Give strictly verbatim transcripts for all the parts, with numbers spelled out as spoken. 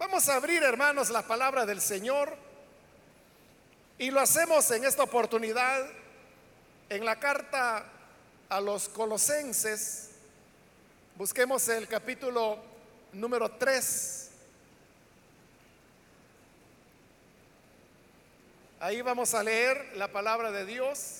Vamos a abrir, hermanos, la palabra del Señor y lo hacemos en esta oportunidad en la carta a los Colosenses. Busquemos el capítulo número tres. Ahí vamos a leer la palabra de Dios.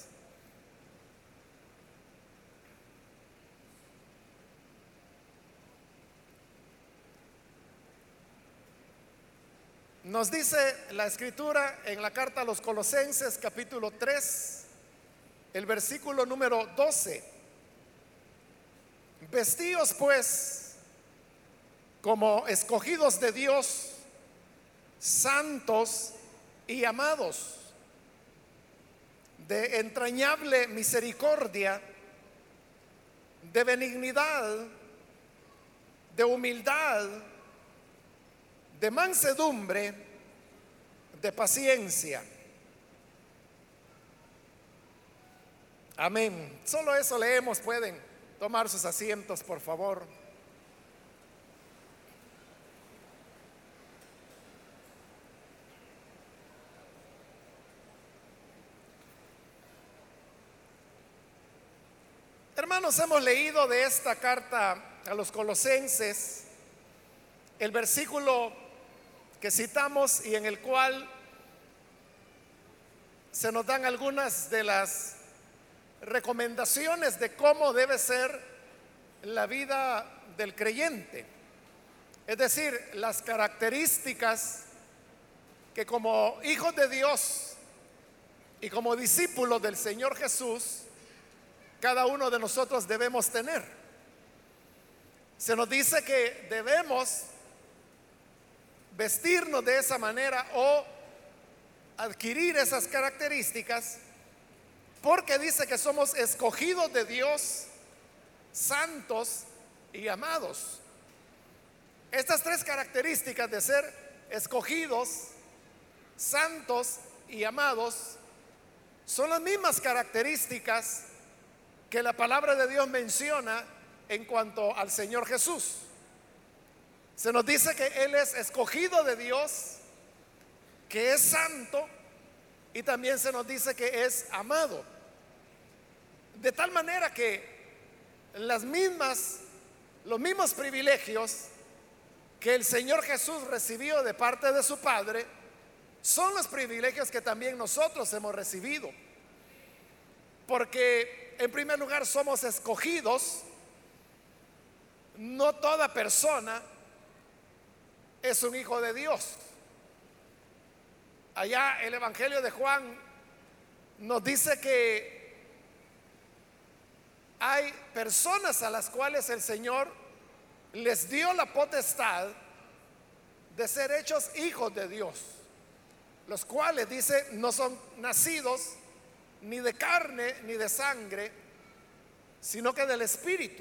Nos dice la escritura en la carta a los Colosenses capítulo tres, el versículo número doce. Vestíos pues como escogidos de Dios, santos y amados, de entrañable misericordia, de benignidad, de humildad, de mansedumbre, de paciencia. Amén. Solo eso leemos. Pueden tomar sus asientos, por favor. Hermanos, hemos leído de esta carta a los Colosenses el versículo que citamos y en el cual se nos dan algunas de las recomendaciones de cómo debe ser la vida del creyente. Es decir, las características que como hijos de Dios y como discípulos del Señor Jesús, cada uno de nosotros debemos tener. Se nos dice que debemos vestirnos de esa manera o adquirir esas características, porque dice que somos escogidos de Dios, santos y amados. Estas tres características de ser escogidos, santos y amados son las mismas características que la palabra de Dios menciona en cuanto al Señor Jesús. Se nos dice que Él es escogido de Dios, que es santo, y también se nos dice que es amado. De tal manera que las mismas, los mismos privilegios que el Señor Jesús recibió de parte de su Padre son los privilegios que también nosotros hemos recibido. Porque en primer lugar somos escogidos. No toda persona es un hijo de Dios. Allá el Evangelio de Juan nos dice que hay personas a las cuales el Señor les dio la potestad de ser hechos hijos de Dios, los cuales, dice, no son nacidos ni de carne ni de sangre, sino que del Espíritu.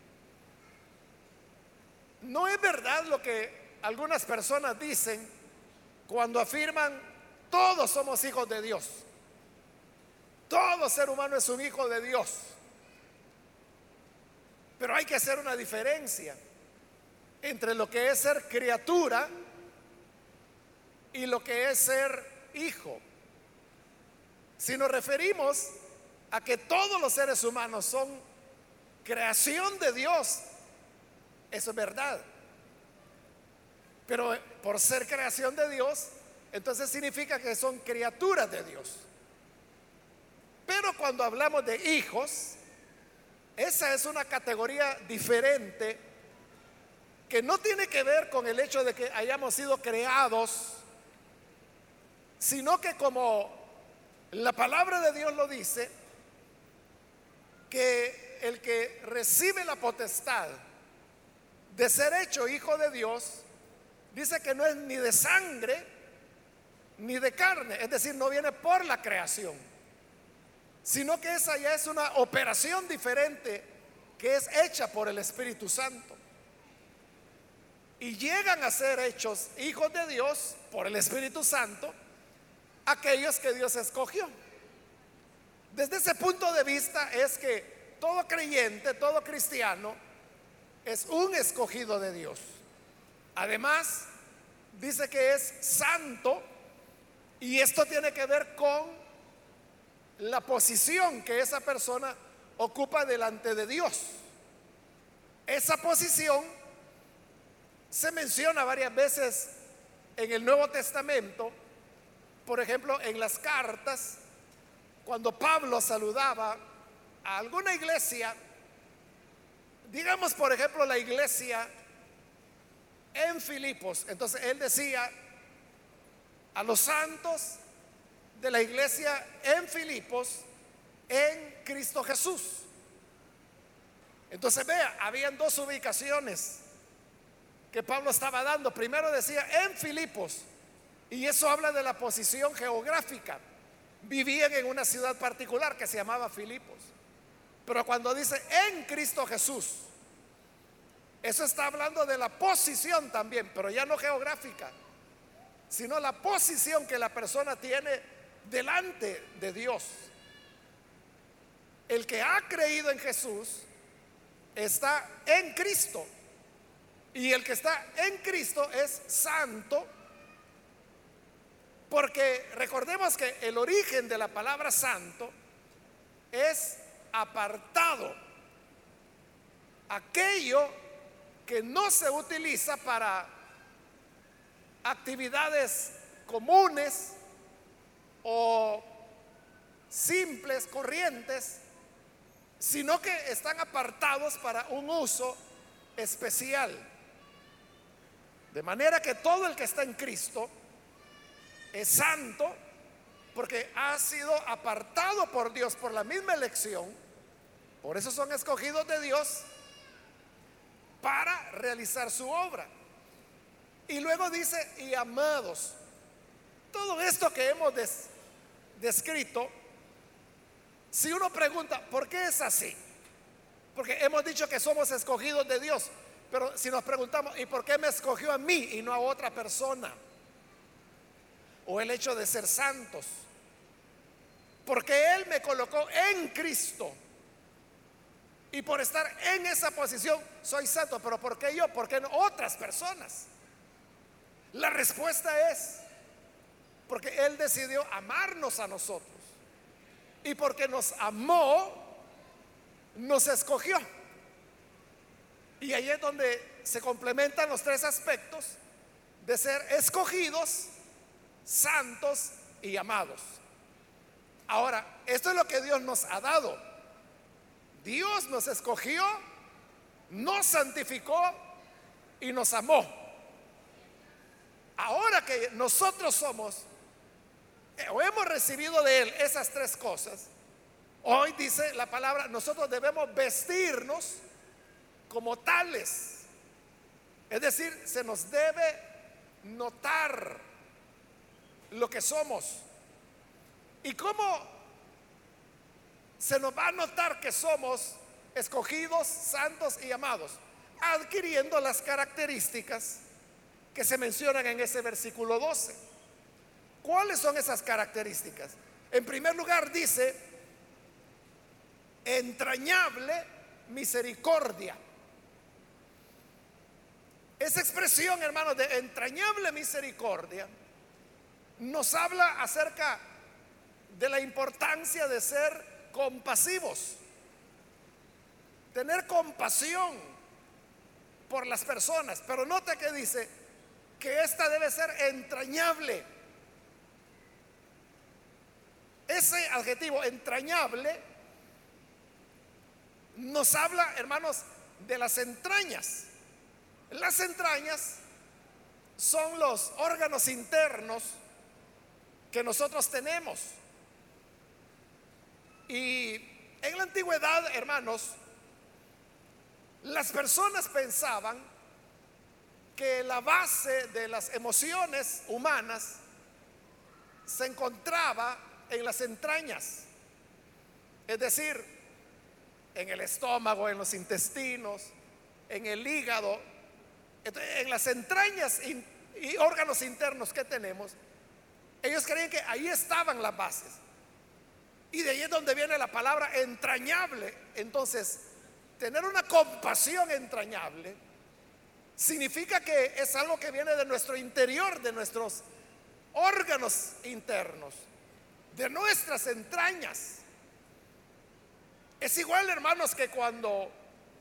No es verdad lo que algunas personas dicen cuando afirman: todos somos hijos de Dios, todo ser humano es un hijo de Dios. Pero hay que hacer una diferencia entre lo que es ser criatura y lo que es ser hijo. Si nos referimos a que todos los seres humanos son creación de Dios, eso es verdad. Pero por ser creación de Dios, entonces significa que son criaturas de Dios. Pero cuando hablamos de hijos, esa es una categoría diferente que no tiene que ver con el hecho de que hayamos sido creados, sino que, como la palabra de Dios lo dice, que el que recibe la potestad de ser hecho hijo de Dios, dice que no es ni de sangre ni de carne, es decir, no viene por la creación, sino que esa ya es una operación diferente que es hecha por el Espíritu Santo. Y llegan a ser hechos hijos de Dios por el Espíritu Santo aquellos que Dios escogió. Desde ese punto de vista es que todo creyente, todo cristiano es un escogido de Dios. Además, dice que es santo, y esto tiene que ver con la posición que esa persona ocupa delante de Dios. Esa posición se menciona varias veces en el Nuevo Testamento. Por ejemplo, en las cartas, cuando Pablo saludaba a alguna iglesia, digamos por ejemplo la iglesia en Filipos, entonces él decía a los santos de la iglesia en Filipos en Cristo Jesús. Entonces vea, habían dos ubicaciones que Pablo estaba dando. Primero decía en Filipos, y eso habla de la posición geográfica. Vivían en una ciudad particular que se llamaba Filipos. Pero cuando dice en Cristo Jesús, eso está hablando de la posición también, pero ya no geográfica, sino la posición que la persona tiene delante de Dios. El que ha creído en Jesús está en Cristo, y el que está en Cristo es santo, porque recordemos que el origen de la palabra santo es apartado, aquello que no se utiliza para actividades comunes o simples, corrientes, sino que están apartados para un uso especial. De manera que todo el que está en Cristo es santo, porque ha sido apartado por Dios por la misma elección. Por eso son escogidos de Dios para realizar su obra. Y luego dice, y amados. Todo esto que hemos des- descrito, si uno pregunta, ¿por qué es así? Porque hemos dicho que somos escogidos de Dios, pero si nos preguntamos, ¿y por qué me escogió a mí y no a otra persona? O el hecho de ser santos, porque Él me colocó en Cristo, y por estar en esa posición soy santo. Pero ¿por qué yo? ¿Por qué no otras personas? La respuesta es porque Él decidió amarnos a nosotros, y porque nos amó, nos escogió. Y ahí es donde se complementan los tres aspectos de ser escogidos, santos y amados. Ahora, esto es lo que Dios nos ha dado. Dios nos escogió, nos santificó y nos amó. Ahora que nosotros somos o hemos recibido de Él esas tres cosas, hoy dice la palabra, nosotros debemos vestirnos como tales. Es decir, se nos debe notar lo que somos. ¿Y cómo se nos va a notar que somos escogidos, santos y amados? Adquiriendo las características que se mencionan en ese versículo doce. ¿Cuáles son esas características? En primer lugar dice, entrañable misericordia. Esa expresión, hermanos, de entrañable misericordia nos habla acerca de la importancia de ser compasivos, tener compasión por las personas. Pero note que dice que esta debe ser entrañable. Ese adjetivo entrañable nos habla, hermanos, de las entrañas. Las entrañas son los órganos internos que nosotros tenemos. Y en la antigüedad, hermanos, las personas pensaban que la base de las emociones humanas se encontraba en las entrañas, es decir, en el estómago, en los intestinos, en el hígado. Entonces, en las entrañas y, y órganos internos que tenemos, ellos creían que ahí estaban las bases. Y de ahí es donde viene la palabra entrañable. Entonces, tener una compasión entrañable significa que es algo que viene de nuestro interior, de nuestros órganos internos, de nuestras entrañas. Es igual, hermanos, que cuando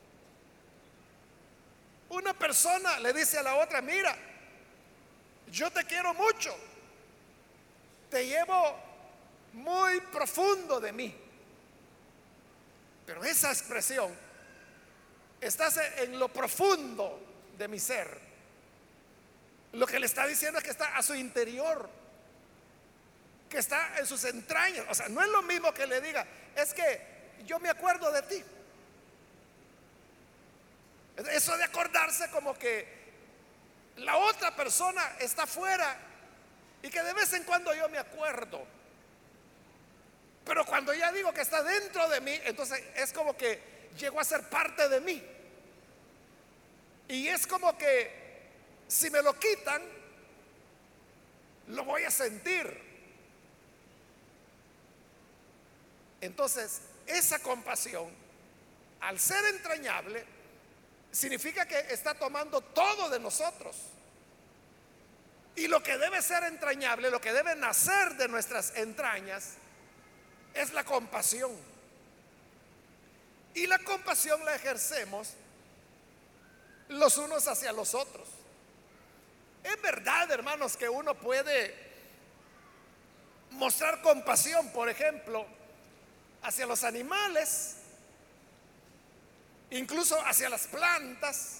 una persona le dice a la otra: mira, yo te quiero mucho, te llevo muy profundo de mí. Pero esa expresión, estás en lo profundo de mi ser, lo que le está diciendo es que está a su interior, que está en sus entrañas. O sea, no es lo mismo que le diga: es que yo me acuerdo de ti. Eso de acordarse, como que la otra persona está fuera y que de vez en cuando yo me acuerdo. Pero cuando ya digo que está dentro de mí, entonces es como que llegó a ser parte de mí. Y es como que si me lo quitan, lo voy a sentir. Entonces, esa compasión, al ser entrañable, significa que está tomando todo de nosotros. Y lo que debe ser entrañable, lo que debe nacer de nuestras entrañas, es la compasión. Y la compasión la ejercemos los unos hacia los otros. Es verdad, hermanos, que uno puede mostrar compasión, por ejemplo, hacia los animales, incluso hacia las plantas.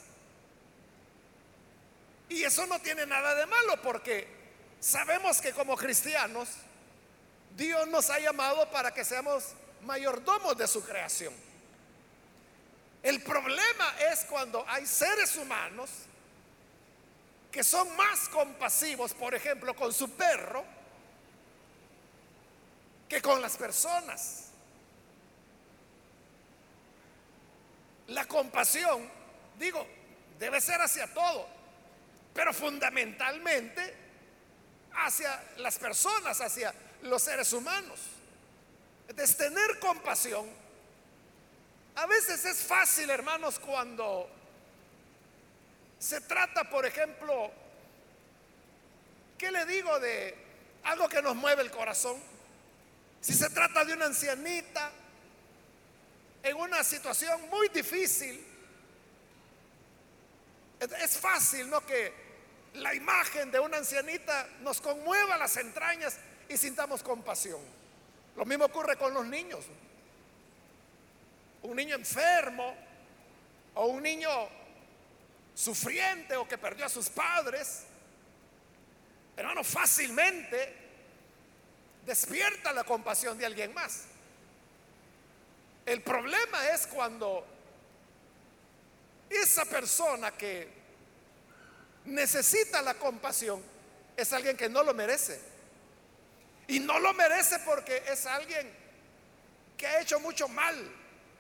Y eso no tiene nada de malo, porque sabemos que como cristianos Dios nos ha llamado para que seamos mayordomos de su creación. El problema es cuando hay seres humanos que son más compasivos, por ejemplo, con su perro, que con las personas. La compasión, digo, debe ser hacia todo, pero fundamentalmente hacia las personas, hacia los seres humanos. Entonces, tener compasión a veces es fácil, hermanos, cuando se trata, por ejemplo, ¿qué le digo?, de algo que nos mueve el corazón. Si se trata de una ancianita en una situación muy difícil, es fácil, ¿no?, que la imagen de una ancianita nos conmueva las entrañas y sintamos compasión. Lo mismo ocurre con los niños. Un niño enfermo o un niño sufriente o que perdió a sus padres, hermano, fácilmente despierta la compasión de alguien más. El problema es cuando esa persona que necesita la compasión es alguien que no lo merece. Y no lo merece porque es alguien que ha hecho mucho mal.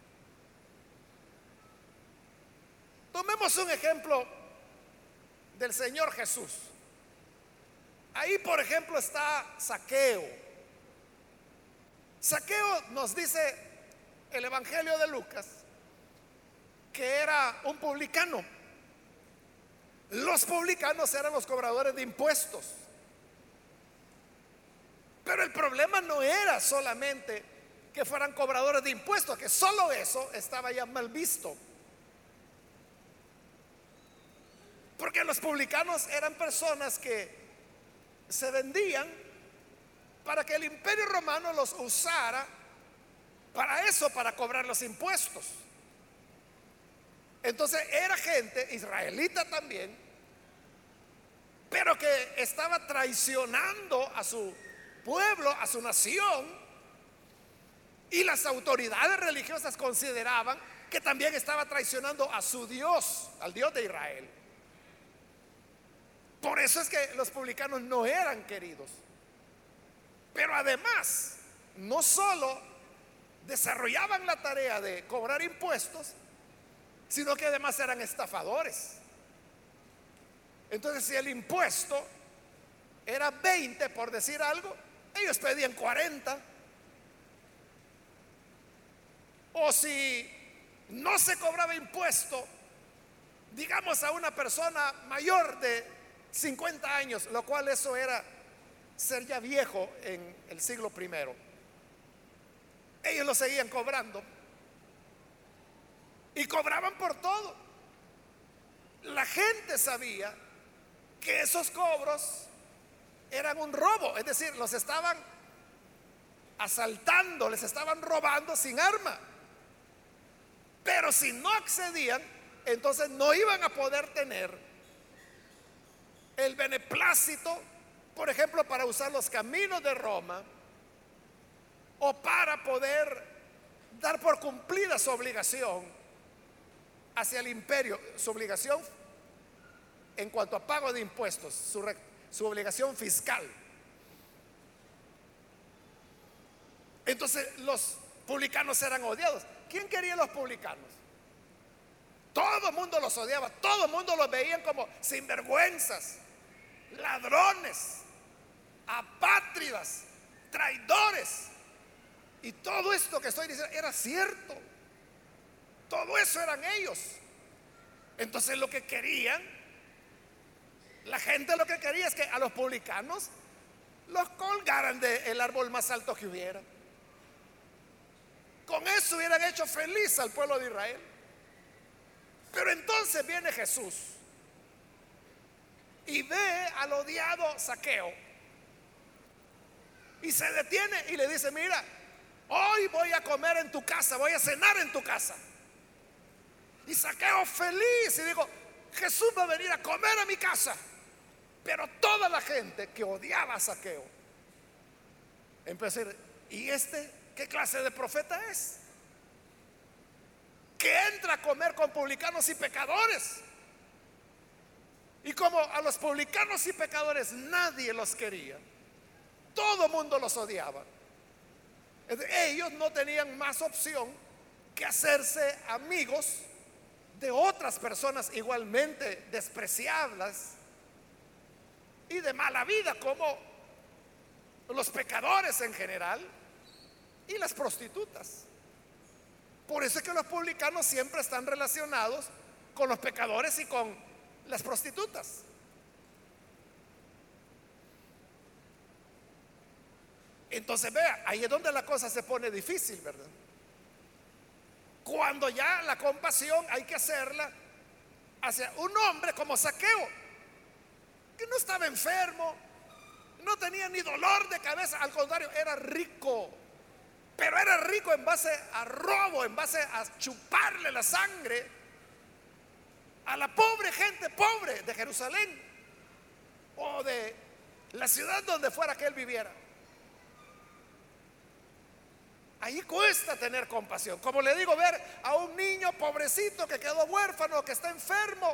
Tomemos un ejemplo del Señor Jesús. Ahí, por ejemplo, está Zaqueo. Zaqueo, nos dice el Evangelio de Lucas, que era un publicano. Los publicanos eran los cobradores de impuestos. Pero el problema no era solamente que fueran cobradores de impuestos, que solo eso estaba ya mal visto. Porque los publicanos eran personas que se vendían para que el Imperio Romano los usara para eso, para cobrar los impuestos. Entonces era gente israelita también, pero que estaba traicionando a su pueblo, a su nación, y las autoridades religiosas consideraban que también estaba traicionando a su Dios, al Dios de Israel. Por eso es que los publicanos no eran queridos. Pero además, no solo desarrollaban la tarea de cobrar impuestos, sino que además eran estafadores. Entonces, si el impuesto era veinte, por decir algo, ellos pedían cuarenta. O si no se cobraba impuesto digamos, a una persona mayor de cincuenta años, lo cual eso era ser ya viejo en el siglo primero. Ellos lo seguían cobrando y cobraban por todo. La gente sabía que esos cobros eran un robo, es decir, los estaban asaltando, les estaban robando sin arma. Pero si no accedían, entonces no iban a poder tener el beneplácito, por ejemplo, para usar los caminos de Roma o para poder dar por cumplida su obligación hacia el imperio, su obligación en cuanto a pago de impuestos, su, su obligación fiscal. Entonces los publicanos eran odiados. ¿Quién quería a los publicanos? Todo el mundo los odiaba, todo el mundo los veían como sinvergüenzas, ladrones, apátridas, traidores. Y todo esto que estoy diciendo era cierto. Todo eso eran ellos. Entonces lo que querían, la gente lo que quería es que a los publicanos los colgaran del árbol más alto que hubiera. Con eso hubieran hecho feliz al pueblo de Israel. Pero entonces viene Jesús y ve al odiado Zaqueo y se detiene y le dice: mira, hoy voy a comer en tu casa, voy a cenar en tu casa. Y Zaqueo feliz y dijo: Jesús va a venir a comer a mi casa. Pero toda la gente que odiaba a Zaqueo empezó a decir: ¿y este qué clase de profeta es? Que entra a comer con publicanos y pecadores. Y como a los publicanos y pecadores nadie los quería, todo el mundo los odiaba, ellos no tenían más opción que hacerse amigos de otras personas igualmente despreciables y de mala vida, como los pecadores en general y las prostitutas. Por eso es que los publicanos siempre están relacionados con los pecadores y con las prostitutas. Entonces vea, ahí es donde la cosa se pone difícil, ¿verdad? Cuando ya la compasión hay que hacerla hacia un hombre como Zaqueo, que no estaba enfermo, no tenía ni dolor de cabeza, al contrario, era rico. Pero era rico en base a robo, en base a chuparle la sangre a la pobre gente pobre de Jerusalén o de la ciudad donde fuera que él viviera. Ahí cuesta tener compasión. Como le digo, ver a un niño pobrecito que quedó huérfano, que está enfermo,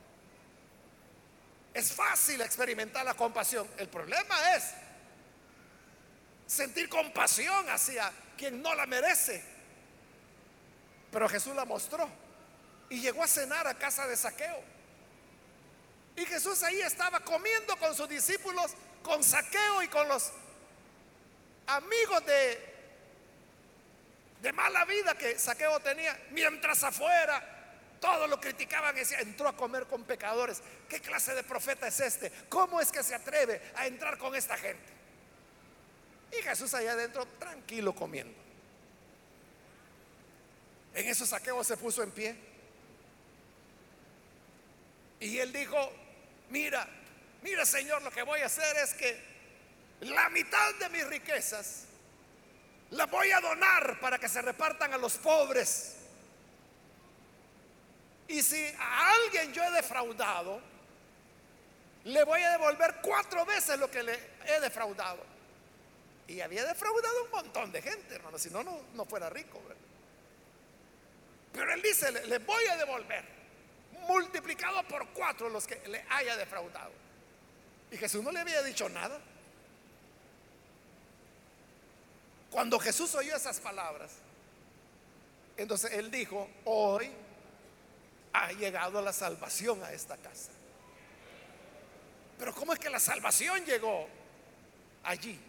es fácil experimentar la compasión. El problema es sentir compasión hacia quien no la merece. Pero Jesús la mostró y llegó a cenar a casa de Zaqueo. Y Jesús ahí estaba comiendo con sus discípulos, con Zaqueo y con los amigos de, de mala vida que Zaqueo tenía, mientras afuera todos lo criticaban y decían: entró a comer con pecadores. ¿Qué clase de profeta es este? ¿Cómo es que se atreve a entrar con esta gente? Y Jesús allá adentro tranquilo comiendo. En eso Zaqueo se puso en pie y él dijo: mira, mira Señor, lo que voy a hacer es que la mitad de mis riquezas las voy a donar para que se repartan a los pobres. Y si a alguien yo he defraudado, le voy a devolver cuatro veces lo que le he defraudado. Y había defraudado un montón de gente, hermano, si no, no, no fuera rico, ¿verdad? Pero él dice: le, le voy a devolver multiplicado por cuatro los que le haya defraudado. Y Jesús no le había dicho nada. Cuando Jesús oyó esas palabras, entonces él dijo: hoy ha llegado la salvación a esta casa. Pero ¿cómo es que la salvación llegó allí?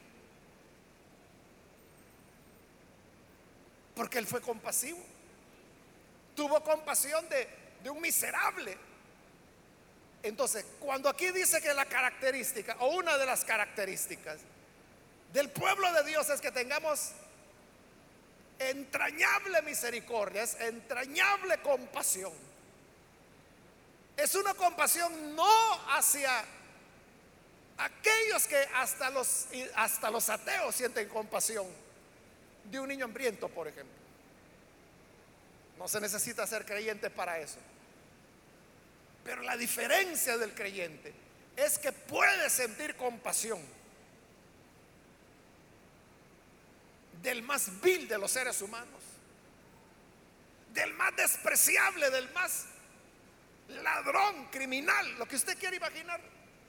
Porque él fue compasivo. Tuvo compasión de, de un miserable Entonces, cuando aquí dice que la característica o una de las características del pueblo de Dios es que tengamos entrañable misericordia, es entrañable compasión. Es una compasión no hacia aquellos que hasta los, hasta los ateos sienten compasión de un niño hambriento, por ejemplo. No se necesita ser creyente para eso. Pero la diferencia del creyente es que puede sentir compasión del más vil de los seres humanos, del más despreciable, del más ladrón, criminal, lo que usted quiere imaginar.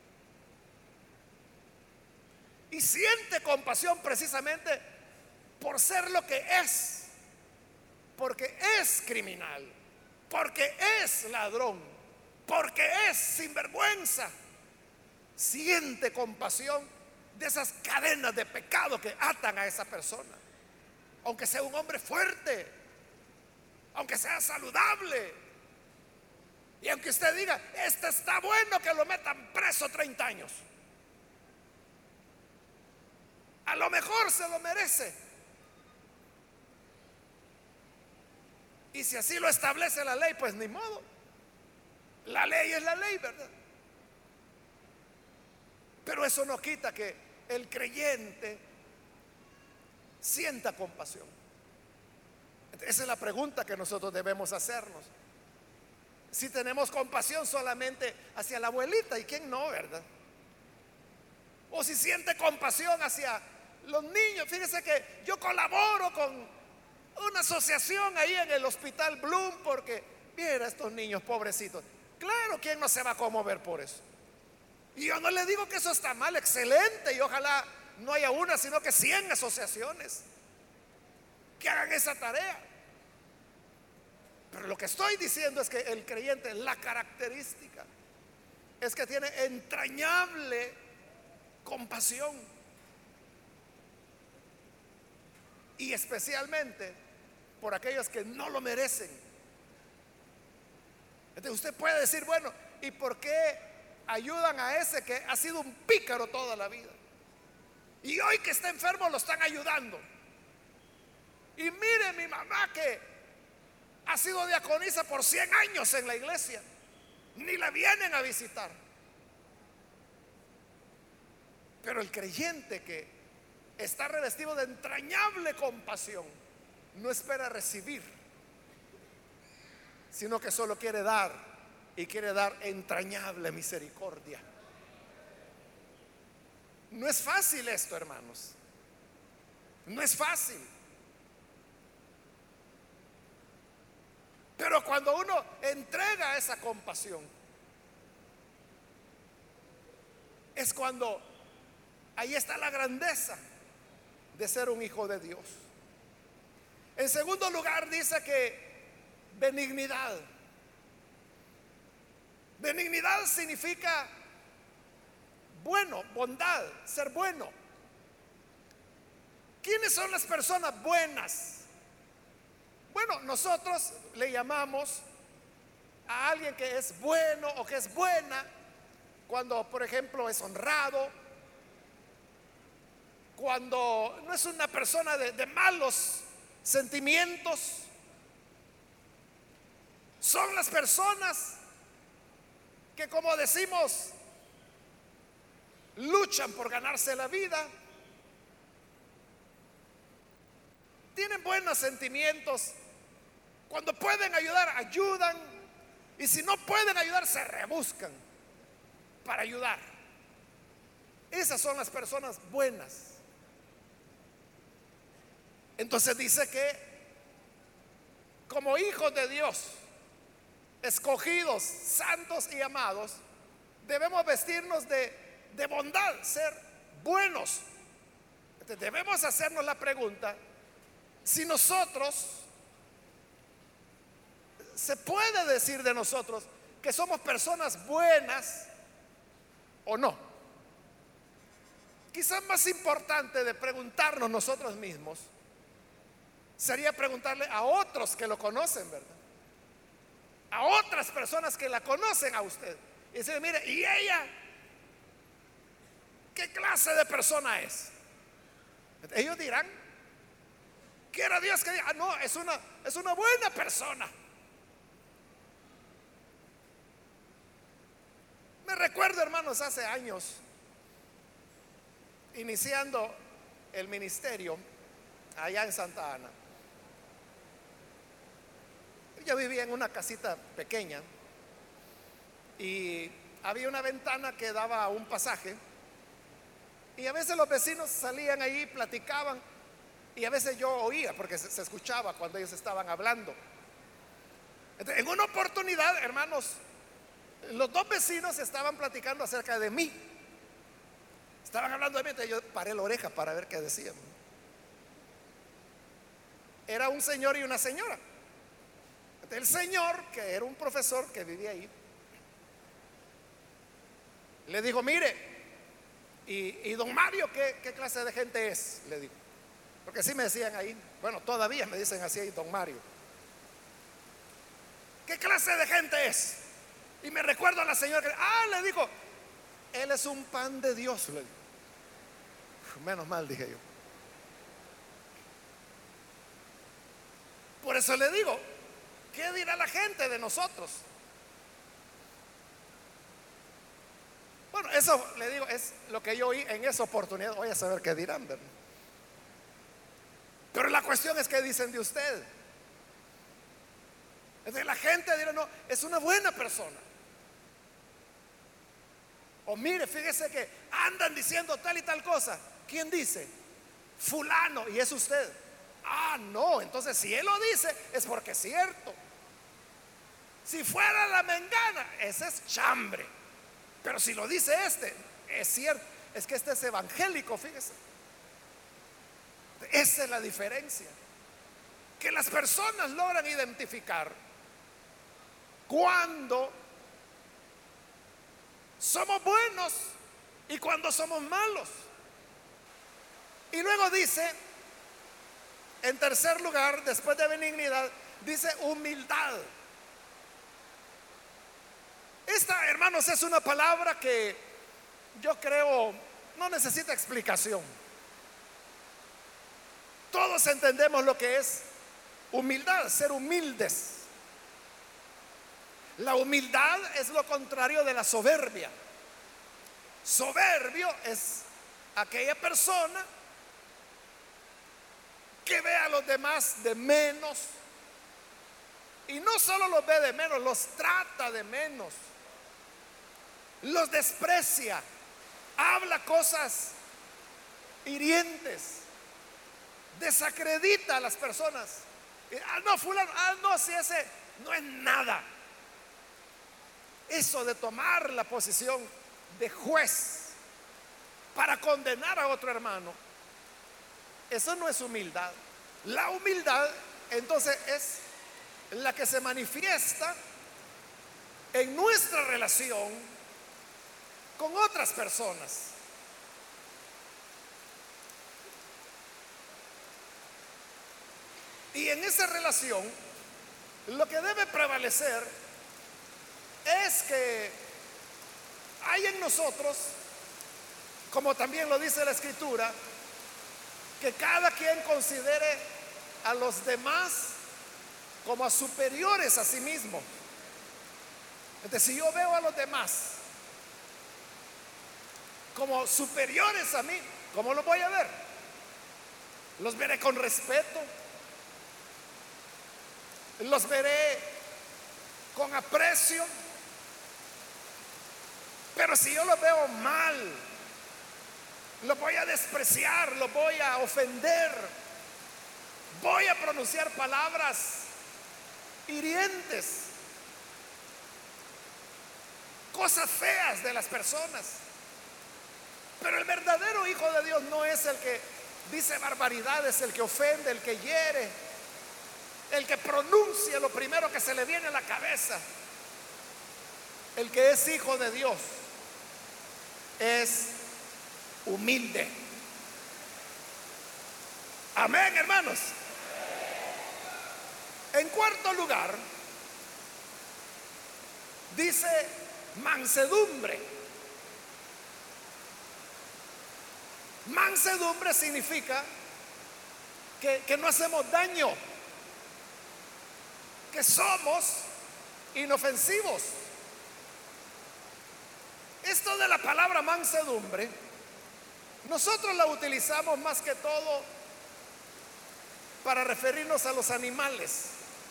Y siente compasión precisamente por ser lo que es, porque es criminal, porque es ladrón, porque es sinvergüenza. Siente compasión de esas cadenas de pecado que atan a esa persona, aunque sea un hombre fuerte, aunque sea saludable, y aunque usted diga, este está bueno que lo metan preso treinta años, a lo mejor se lo merece. Y si así lo establece la ley, pues ni modo. La ley es la ley, ¿verdad? Pero eso no quita que el creyente sienta compasión. Esa es la pregunta que nosotros debemos hacernos. Si tenemos compasión solamente hacia la abuelita, ¿y quién no, verdad? O si siente compasión hacia los niños. Fíjese que yo colaboro con una asociación ahí en el Hospital Bloom porque viera estos niños pobrecitos. Claro, ¿quién no se va a conmover por eso? Y yo no le digo que eso está mal, excelente, y ojalá no haya una, sino que cien asociaciones que hagan esa tarea. Pero lo que estoy diciendo es que el creyente, la característica es que tiene entrañable compasión, y especialmente por aquellos que no lo merecen. Entonces usted puede decir, bueno, ¿y por qué ayudan a ese que ha sido un pícaro toda la vida? Y hoy que está enfermo lo están ayudando. Y mire, mi mamá que ha sido diaconisa por cien años en la iglesia, ni la vienen a visitar. Pero el creyente que está revestido de entrañable compasión no espera recibir, sino que solo quiere dar, y quiere dar entrañable misericordia. No es fácil esto, hermanos. No es fácil. Pero cuando uno entrega esa compasión, es cuando ahí está la grandeza de ser un hijo de Dios. En segundo lugar, dice que benignidad. Benignidad significa bueno, bondad, ser bueno. ¿Quiénes son las personas buenas? Bueno, nosotros le llamamos a alguien que es bueno o que es buena cuando, por ejemplo, es honrado, cuando no es una persona de, de malos sentimientos. Son las personas que, como decimos, luchan por ganarse la vida, tienen buenos sentimientos. Cuando pueden ayudar, ayudan, y si no pueden ayudar, se rebuscan para ayudar. Esas son las personas buenas. Entonces dice que como hijos de Dios, escogidos, santos y amados, debemos vestirnos de, de bondad, ser buenos. Entonces debemos hacernos la pregunta si nosotros, se puede decir de nosotros que somos personas buenas o no. Quizás más importante de preguntarnos nosotros mismos sería preguntarle a otros que lo conocen, ¿verdad? A otras personas que la conocen a usted. Y dice, mire, ¿y ella qué clase de persona es? Ellos dirán, quiera Dios que diga, ah, no, es una, es una buena persona. Me recuerdo, hermanos, hace años, iniciando el ministerio allá en Santa Ana. Yo vivía en una casita pequeña y había una ventana que daba a un pasaje, y a veces los vecinos salían ahí, platicaban, y a veces yo oía porque se, se escuchaba cuando ellos estaban hablando. Entonces, en una oportunidad, hermanos, los dos vecinos estaban platicando acerca de mí. Estaban hablando de mí, entonces yo paré la oreja para ver qué decían. Era un señor y una señora. Entonces, el señor, que era un profesor que vivía ahí, le dijo, mire, y, y don Mario, ¿qué, ¿qué clase de gente es? Le digo, porque sí me decían ahí, bueno, todavía me dicen así, don Mario, ¿qué clase de gente es? Y me recuerdo a la señora que, ah, le dijo, él es un pan de Dios, le digo. Menos mal, dije yo. Por eso le digo, ¿qué dirá la gente de nosotros? Bueno, eso le digo, es lo que yo oí en esa oportunidad. Voy a saber qué dirán, ¿verdad? Pero la cuestión es qué dicen de usted. Entonces la gente dirá, no, es una buena persona. O mire, fíjese que andan diciendo tal y tal cosa. ¿Quién dice? Fulano, y es usted. Ah, no, entonces si él lo dice es porque es cierto. Si fuera la mengana, ese es chambre. Pero si lo dice este, es cierto. Es que este es evangélico, fíjese. Esa es la diferencia. Que las personas logran identificar cuando somos buenos y cuando somos malos. Y luego dice, en tercer lugar, después de benignidad, dice humildad. Esta, hermanos, es una palabra que yo creo no necesita explicación. Todos entendemos lo que es humildad, ser humildes. La humildad es lo contrario de la soberbia. Soberbio es aquella persona que ve a los demás de menos, y no solo los ve de menos, los trata de menos, los desprecia, habla cosas hirientes, desacredita a las personas. Ah, no, fulano, ah, no, si ese no es nada. Eso de tomar la posición de juez para condenar a otro hermano, eso no es humildad. La humildad entonces es la que se manifiesta en nuestra relación con otras personas. Y en esa relación lo que debe prevalecer es que hay en nosotros, como también lo dice la Escritura, que cada quien considere a los demás como a superiores a sí mismo. Entonces, si yo veo a los demás como superiores a mí, ¿cómo los voy a ver? Los veré con respeto, los veré con aprecio. Pero si yo los veo mal, los voy a despreciar, los voy a ofender, voy a pronunciar palabras hirientes, cosas feas de las personas. Pero el verdadero hijo de Dios no es el que dice barbaridades, el que ofende, el que hiere, el que pronuncia lo primero que se le viene a la cabeza. El que es hijo de Dios es humilde. Amén, hermanos. En cuarto lugar, dice mansedumbre. Mansedumbre significa que, que no hacemos daño, que somos inofensivos. Esto de la palabra mansedumbre, nosotros la utilizamos más que todo para referirnos a los animales.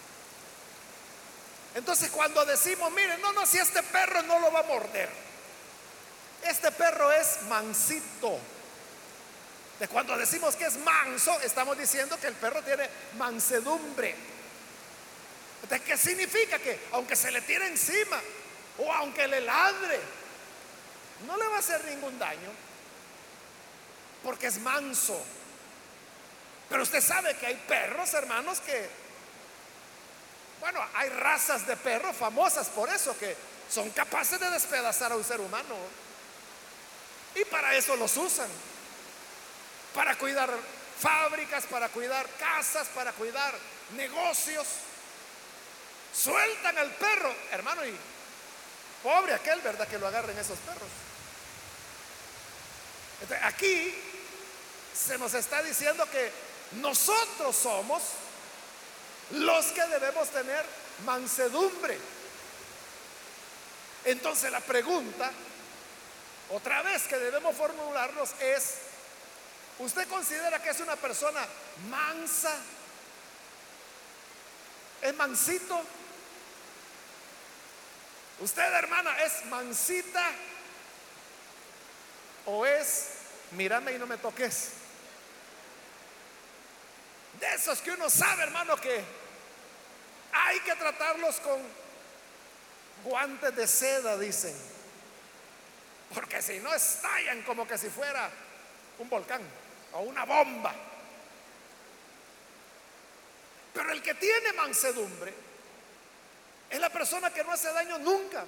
Entonces cuando decimos, miren, no, no, si este perro no lo va a morder, este perro es mansito. De cuando decimos que es manso, estamos diciendo que el perro tiene mansedumbre. Entonces, ¿qué significa? Que aunque se le tire encima o aunque le ladre, no le va a hacer ningún daño, porque es manso. Pero usted sabe que hay perros, hermanos, que, bueno, hay razas de perros famosas por eso, que son capaces de despedazar a un ser humano. Y para eso los usan. Para cuidar fábricas, para cuidar casas, para cuidar negocios. Sueltan al perro, hermano, y pobre aquel, ¿verdad?, que lo agarren esos perros. Entonces, aquí se nos está diciendo que nosotros somos los que debemos tener mansedumbre. Entonces la pregunta, otra vez que debemos formularnos es: ¿usted considera que es una persona mansa? ¿Es mansito? ¿Usted, hermana, es mansita? ¿O es mírame y no me toques? De esos que uno sabe, hermano, que hay que tratarlos con guantes de seda, dicen, porque si no estallan como que si fuera un volcán o una bomba. Pero el que tiene mansedumbre es la persona que no hace daño nunca.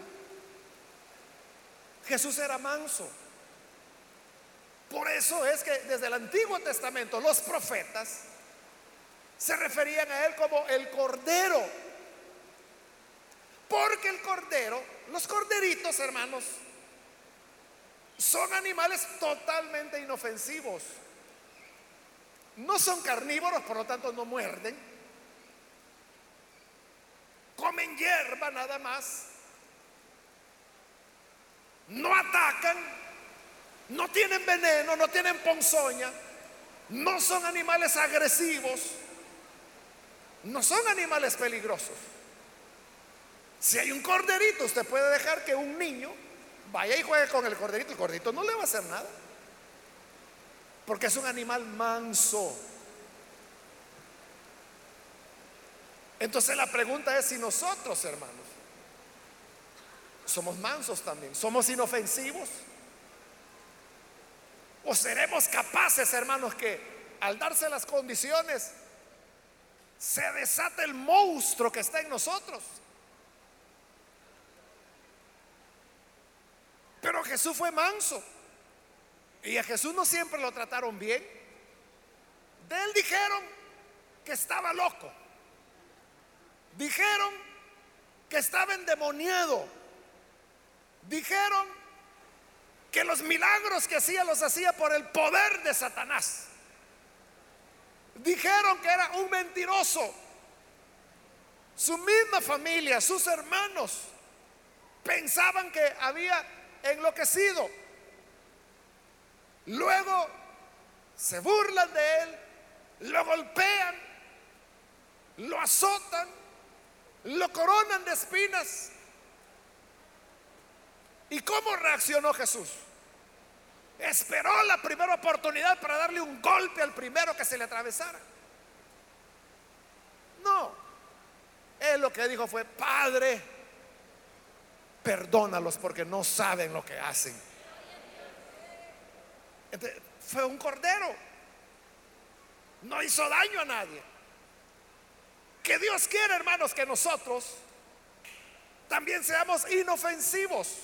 Jesús era manso. Por eso es que desde el Antiguo Testamento los profetas se referían a él como el Cordero. Porque el cordero, los corderitos, hermanos, son animales totalmente inofensivos. No son carnívoros, por lo tanto no muerden. Comen hierba nada más. No atacan. No tienen veneno, no tienen ponzoña. No son animales agresivos. No son animales peligrosos. Si hay un corderito, usted puede dejar que un niño vaya y juegue con el corderito. El corderito no le va a hacer nada, porque es un animal manso. Entonces la pregunta es si nosotros, hermanos, somos mansos también, somos inofensivos, o seremos capaces, hermanos, que al darse las condiciones se desate el monstruo que está en nosotros. Pero Jesús fue manso, y a Jesús no siempre lo trataron bien. De él dijeron que estaba loco, dijeron que estaba endemoniado, dijeron que los milagros que hacía los hacía por el poder de Satanás, dijeron que era un mentiroso. Su misma familia, sus hermanos, pensaban que había enloquecido. Luego se burlan de él, lo golpean, lo azotan, lo coronan de espinas. ¿Y cómo reaccionó Jesús? Esperó la primera oportunidad para darle un golpe al primero que se le atravesara. No, él lo que dijo fue: Padre, perdónalos porque no saben lo que hacen. Entonces, fue un cordero, no hizo daño a nadie. Que Dios quiere, hermanos, que nosotros también seamos inofensivos.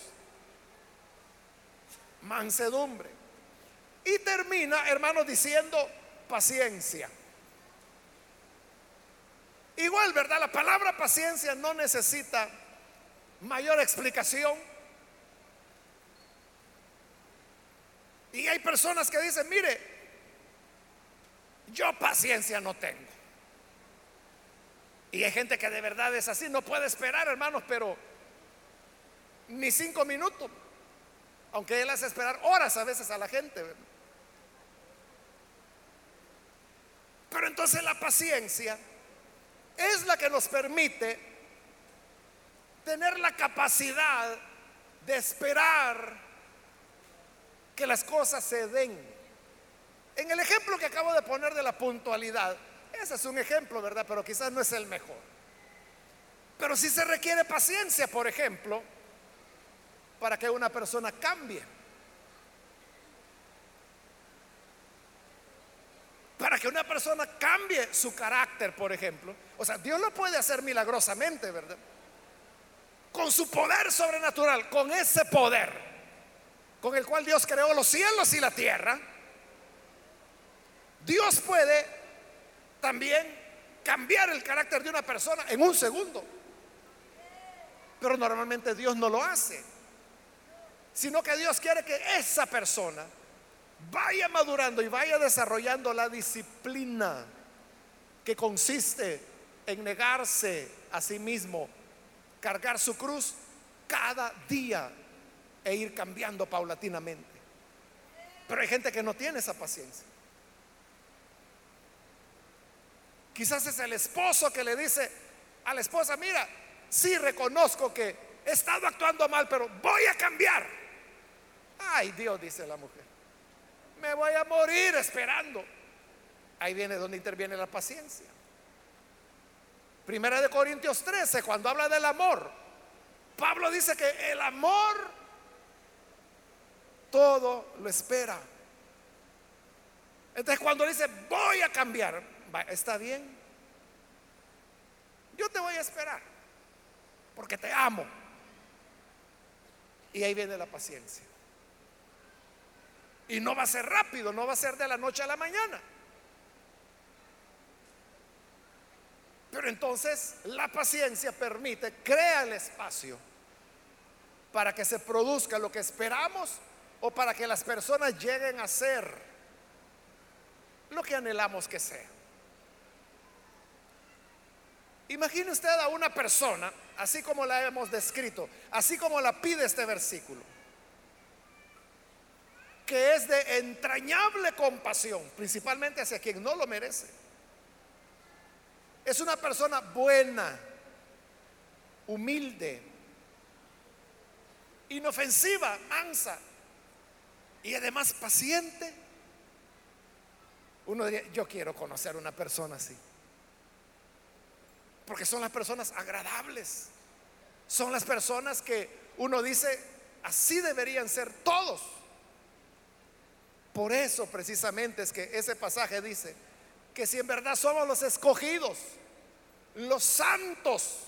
Mansedumbre. Y termina, hermanos, diciendo paciencia. Igual, ¿verdad? La palabra paciencia no necesita mayor explicación. Y hay personas que dicen, mire, yo paciencia no tengo. Y hay gente que de verdad es así, no puede esperar, hermanos, pero ni cinco minutos, aunque él hace esperar horas a veces a la gente. Pero entonces la paciencia es la que nos permite tener la capacidad de esperar que las cosas se den. En el ejemplo que acabo de poner de la puntualidad, ese es un ejemplo, ¿verdad? Pero quizás no es el mejor. Pero sí se requiere paciencia, por ejemplo, para que una persona cambie. Para que una persona cambie su carácter, por ejemplo. O sea, Dios lo puede hacer milagrosamente, ¿verdad? Con su poder sobrenatural, con ese poder con el cual Dios creó los cielos y la tierra. Dios puede también cambiar el carácter de una persona en un segundo. Pero normalmente Dios no lo hace, sino que Dios quiere que esa persona vaya madurando y vaya desarrollando la disciplina que consiste en negarse a sí mismo, cargar su cruz cada día e ir cambiando paulatinamente. Pero hay gente que no tiene esa paciencia. Quizás es el esposo que le dice a la esposa, mira, sí reconozco que he estado actuando mal, pero voy a cambiar. Ay, Dios, dice la mujer, me voy a morir esperando. Ahí viene donde interviene la paciencia. Primera de Corintios trece, cuando habla del amor, Pablo dice que el amor todo lo espera. Entonces cuando dice voy a cambiar, está bien, yo te voy a esperar porque te amo. Y ahí viene la paciencia. Y no va a ser rápido, no va a ser de la noche a la mañana. Pero entonces la paciencia permite, crea el espacio para que se produzca lo que esperamos o para que las personas lleguen a ser lo que anhelamos que sea. Imagine usted a una persona, así como la hemos descrito, así como la pide este versículo, que es de entrañable compasión, principalmente hacia quien no lo merece. Es una persona buena, humilde, inofensiva, mansa y además paciente. Uno diría, yo quiero conocer una persona así, porque son las personas agradables, son las personas que uno dice, así deberían ser todos. Por eso precisamente es que ese pasaje dice que si en verdad somos los escogidos, los santos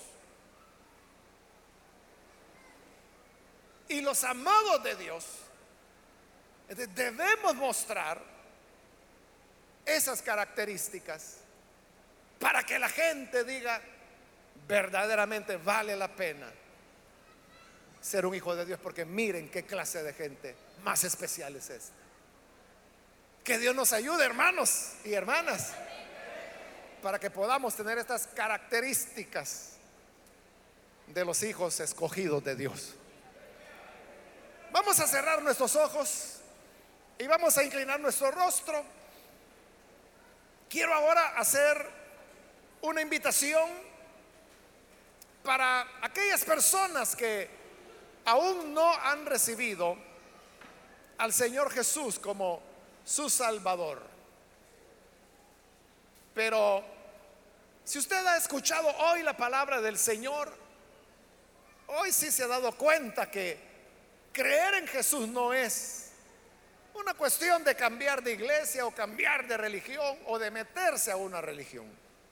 y los amados de Dios, debemos mostrar esas características para que la gente diga, verdaderamente vale la pena ser un hijo de Dios, porque miren qué clase de gente más especial es esta. Que Dios nos ayude, hermanos y hermanas, para que podamos tener estas características de los hijos escogidos de Dios. Vamos a cerrar nuestros ojos y vamos a inclinar nuestro rostro. Quiero ahora hacer una invitación para aquellas personas que aún no han recibido al Señor Jesús como su Salvador. Pero si usted ha escuchado hoy la palabra del Señor, hoy sí se ha dado cuenta que creer en Jesús no es una cuestión de cambiar de iglesia o cambiar de religión o de meterse a una religión,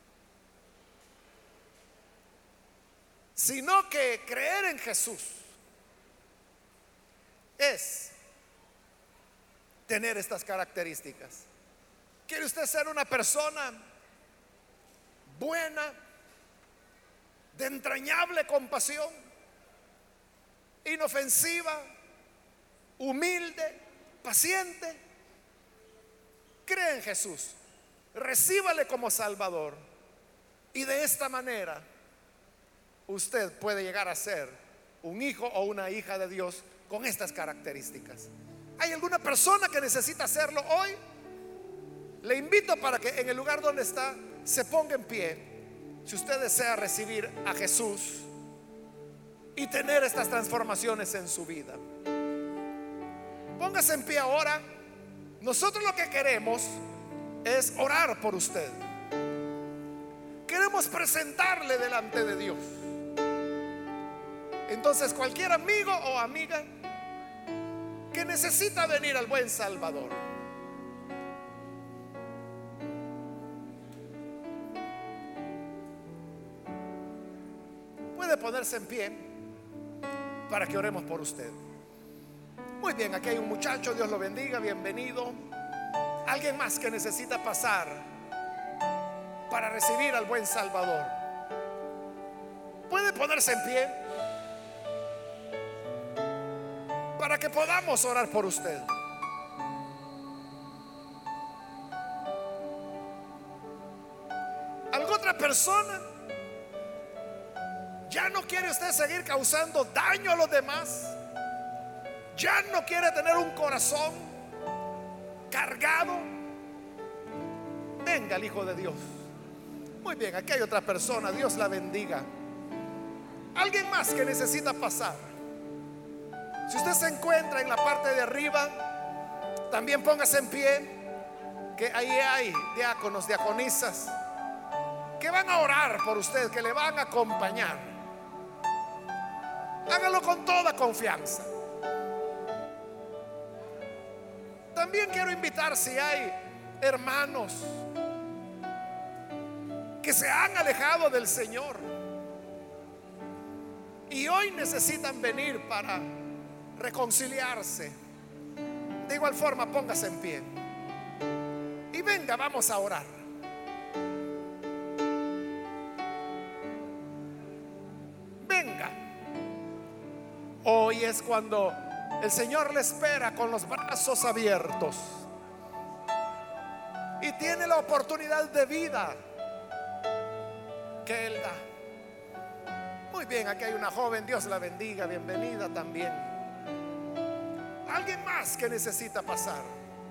sino que creer en Jesús es tener estas características. ¿Quiere usted ser una persona buena, de entrañable compasión, inofensiva, humilde, paciente, cree en Jesús, recíbale como Salvador, y de esta manera usted puede llegar a ser un hijo o una hija de Dios con estas características. ¿Hay alguna persona que necesita hacerlo hoy? Le invito para que en el lugar donde está se ponga en pie, si usted desea recibir a Jesús y tener estas transformaciones en su vida. Póngase en pie ahora. Nosotros lo que queremos es orar por usted. Queremos presentarle delante de Dios. Entonces, cualquier amigo o amiga que necesita venir al buen Salvador, puede ponerse en pie para que oremos por usted. Muy bien, aquí hay un muchacho, Dios lo bendiga, bienvenido. Alguien más que necesita pasar para recibir al buen Salvador, puede ponerse en pie para que podamos orar por usted. ¿Alguna otra persona? ¿Ya no quiere usted seguir causando daño a los demás? ¿Ya no quiere tener un corazón cargado? Venga el Hijo de Dios. Muy bien, aquí hay otra persona, Dios la bendiga. Alguien más que necesita pasar. Si usted se encuentra en la parte de arriba, también póngase en pie, que ahí hay diáconos, diaconisas que van a orar por usted, que le van a acompañar. Hágalo con toda confianza. También quiero invitar, si hay hermanos que se han alejado del Señor y hoy necesitan venir para reconciliarse, de igual forma póngase en pie y venga, vamos a orar. Venga. Hoy es cuando el Señor le espera con los brazos abiertos y tiene la oportunidad de vida que Él da. Muy bien, aquí hay una joven, Dios la bendiga, bienvenida también. Alguien más que necesita pasar,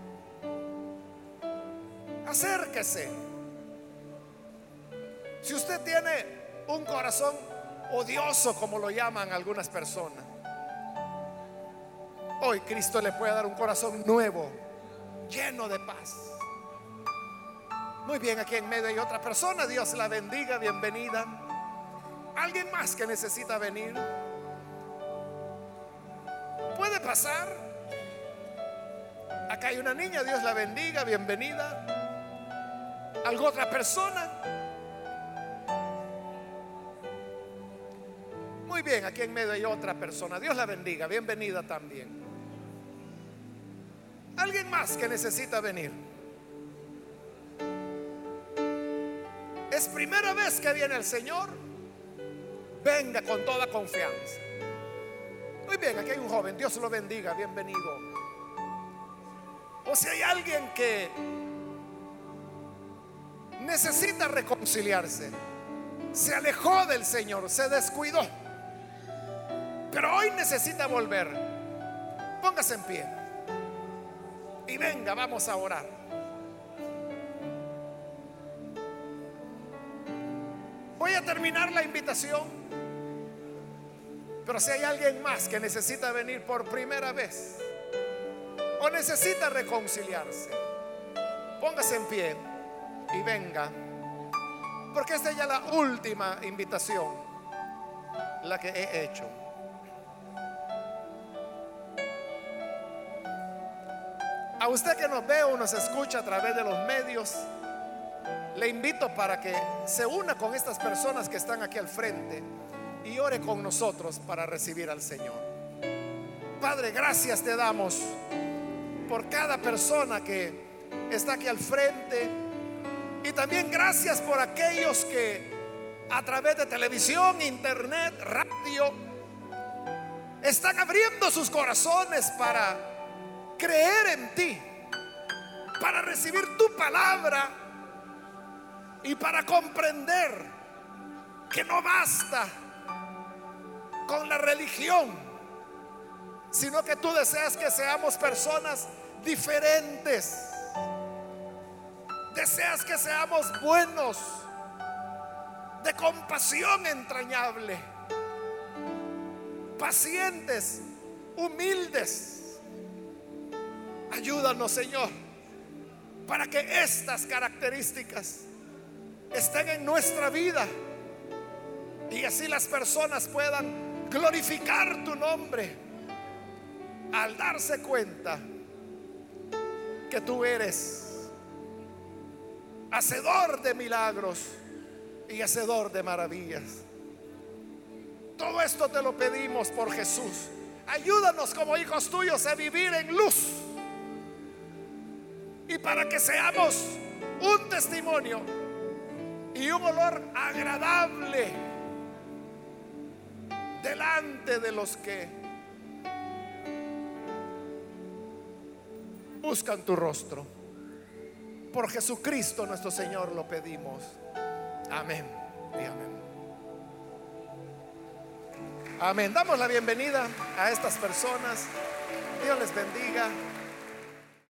acérquese. Si usted tiene un corazón odioso, como lo llaman algunas personas, hoy Cristo le puede dar un corazón nuevo, lleno de paz. Muy bien, aquí en medio hay otra persona, Dios la bendiga, bienvenida. Alguien más que necesita venir, puede pasar. Acá hay una niña, Dios la bendiga, bienvenida. ¿Alguna otra persona? Muy bien, aquí en medio hay otra persona, Dios la bendiga, bienvenida también. ¿Alguien más que necesita venir? ¿Es primera vez que viene el Señor? Venga con toda confianza. Muy bien, aquí hay un joven, Dios lo bendiga, bienvenido. O si hay alguien que necesita reconciliarse, se alejó del Señor, se descuidó, pero hoy necesita volver, póngase en pie y venga, vamos a orar. Voy a terminar la invitación, pero si hay alguien más que necesita venir por primera vez o necesita reconciliarse, póngase en pie y venga, porque esta es ya la última invitación, la que he hecho. A usted que nos ve o nos escucha a través de los medios, le invito para que se una con estas personas que están aquí al frente y ore con nosotros para recibir al Señor. Padre, gracias te damos por cada persona que está aquí al frente, y también gracias por aquellos que a través de televisión, internet, radio están abriendo sus corazones para creer en ti, para recibir tu palabra y para comprender que no basta con la religión, sino que tú deseas que seamos personas diferentes. Deseas que seamos buenos, de compasión entrañable, pacientes, humildes. Ayúdanos, Señor, para que estas características estén en nuestra vida y así las personas puedan glorificar tu nombre al darse cuenta que tú eres hacedor de milagros y hacedor de maravillas. Todo esto te lo pedimos por Jesús. Ayúdanos como hijos tuyos a vivir en luz, y para que seamos un testimonio y un olor agradable delante de los que buscan tu rostro. Por Jesucristo nuestro Señor lo pedimos. Amén y amén. Amén. Damos la bienvenida a estas personas. Dios les bendiga.